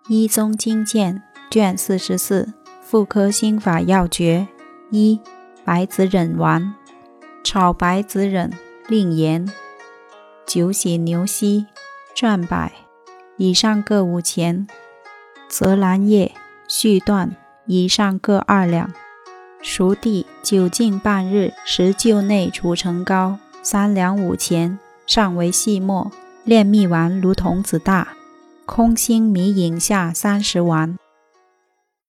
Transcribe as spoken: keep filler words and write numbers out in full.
医宗经鉴卷四十四妇科心法要诀一白子忍丸炒白子忍令盐酒洗牛膝转百以上各五钱泽兰叶续断以上各二两熟地久浸半日十臼内除成膏三两五钱上为细末炼蜜丸如童子大空心米饮下三十丸